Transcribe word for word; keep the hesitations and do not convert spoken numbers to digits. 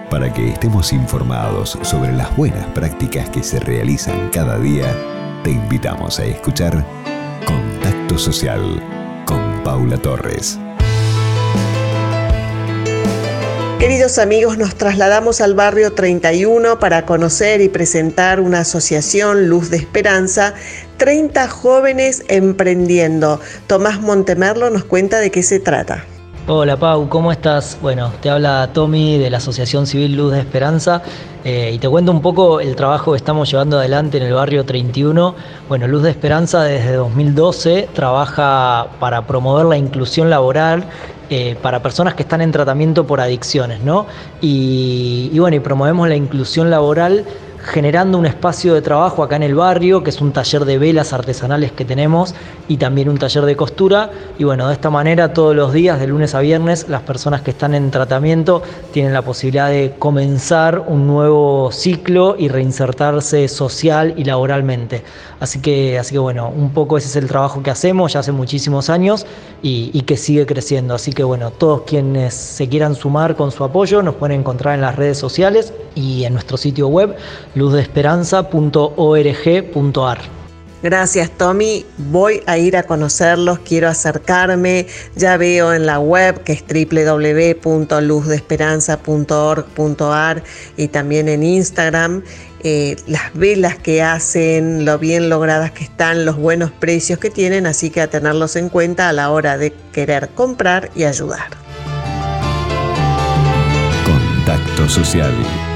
Para que estemos informados sobre las buenas prácticas que se realizan cada día, te invitamos a escuchar Contacto Social con Paula Torres. Queridos amigos, nos trasladamos al barrio treinta y uno para conocer y presentar una asociación Luz de Esperanza, treinta jóvenes emprendiendo. Tomás Montemerlo nos cuenta de qué se trata. Hola Pau, ¿cómo estás? Bueno, te habla Tommy de la Asociación Civil Luz de Esperanza eh, y te cuento un poco el trabajo que estamos llevando adelante en el barrio treinta y uno. Bueno, Luz de Esperanza desde dos mil doce trabaja para promover la inclusión laboral eh, para personas que están en tratamiento por adicciones, ¿no? Y, y bueno, y promovemos la inclusión laboral generando un espacio de trabajo acá en el barrio, que es un taller de velas artesanales que tenemos y también un taller de costura. Y bueno, de esta manera todos los días, de lunes a viernes, las personas que están en tratamiento tienen la posibilidad de comenzar un nuevo ciclo y reinsertarse social y laboralmente. Así que, así que bueno, un poco ese es el trabajo que hacemos ya hace muchísimos años y, y que sigue creciendo. Así que bueno, todos quienes se quieran sumar con su apoyo nos pueden encontrar en las redes sociales y en nuestro sitio web luz de esperanza punto org punto ar. Gracias, Tommy. Voy a ir a conocerlos, quiero acercarme. Ya veo en la web que es doble u doble u doble u punto luz de esperanza punto org punto ar y también en Instagram eh, las velas que hacen, lo bien logradas que están, los buenos precios que tienen, así que a tenerlos en cuenta a la hora de querer comprar y ayudar. Contacto Social.